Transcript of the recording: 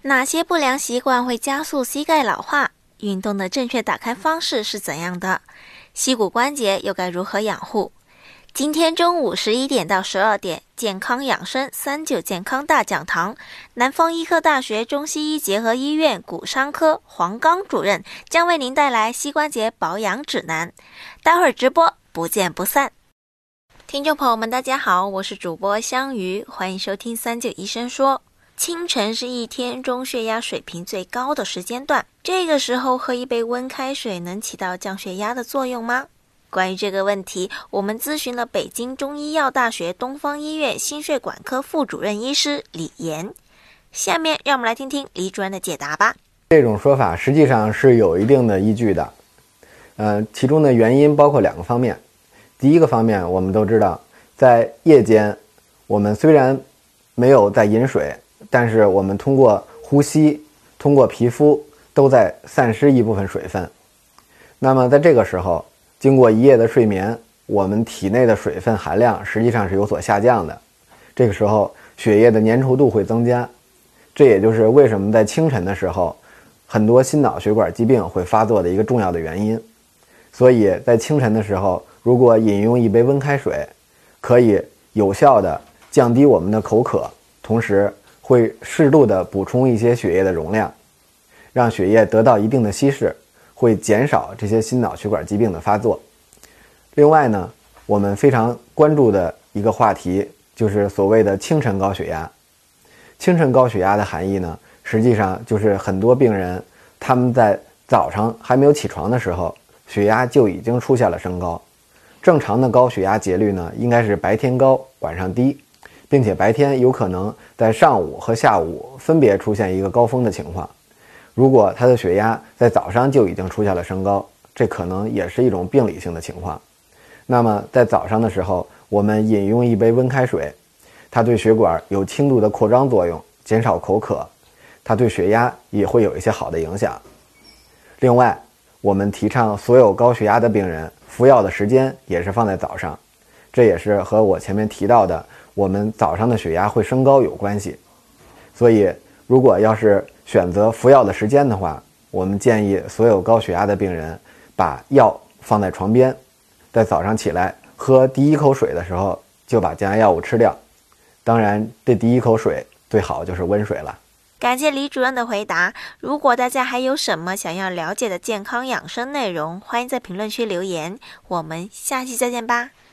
哪些不良习惯会加速膝盖老化？运动的正确打开方式是怎样的？膝骨关节又该如何养护？今天中午11点到12点，健康养生39健康大讲堂，南方医科大学中西医结合医院骨伤科黄刚主任将为您带来膝关节保养指南。待会儿直播不见不散。听众朋友们大家好，我是主播香鱼，欢迎收听39医生说。清晨是一天中血压水平最高的时间段，这个时候喝一杯温开水能起到降血压的作用吗？关于这个问题，我们咨询了北京中医药大学东方医院心血管科副主任医师李岩。下面让我们来听听李主任的解答吧。 这种说法实际上是有一定的依据的，其中的原因包括两个方面。第一个方面，我们都知道，在夜间，我们虽然没有在饮水，但是我们通过呼吸、通过皮肤都在散失一部分水分。那么在这个时候，经过一夜的睡眠，我们体内的水分含量实际上是有所下降的。这个时候，血液的粘稠度会增加，这也就是为什么在清晨的时候，很多心脑血管疾病会发作的一个重要的原因。所以在清晨的时候，如果饮用一杯温开水，可以有效的降低我们的口渴，同时会适度的补充一些血液的容量，让血液得到一定的稀释，会减少这些心脑血管疾病的发作。另外呢，我们非常关注的一个话题就是所谓的清晨高血压。清晨高血压的含义呢，实际上就是很多病人他们在早上还没有起床的时候，血压就已经出现了升高。正常的高血压节律呢，应该是白天高，晚上低，并且白天有可能在上午和下午分别出现一个高峰的情况。如果他的血压在早上就已经出现了升高，这可能也是一种病理性的情况。那么在早上的时候，我们饮用一杯温开水，它对血管有轻度的扩张作用，减少口渴，它对血压也会有一些好的影响。另外，我们提倡所有高血压的病人服药的时间也是放在早上，这也是和我前面提到的我们早上的血压会升高有关系。所以如果要是选择服药的时间的话，我们建议所有高血压的病人把药放在床边，在早上起来喝第一口水的时候就把降压药物吃掉。当然，这第一口水最好就是温水了。 感谢李主任的回答。如果大家还有什么想要了解的健康养生内容，欢迎在评论区留言。我们下期再见吧。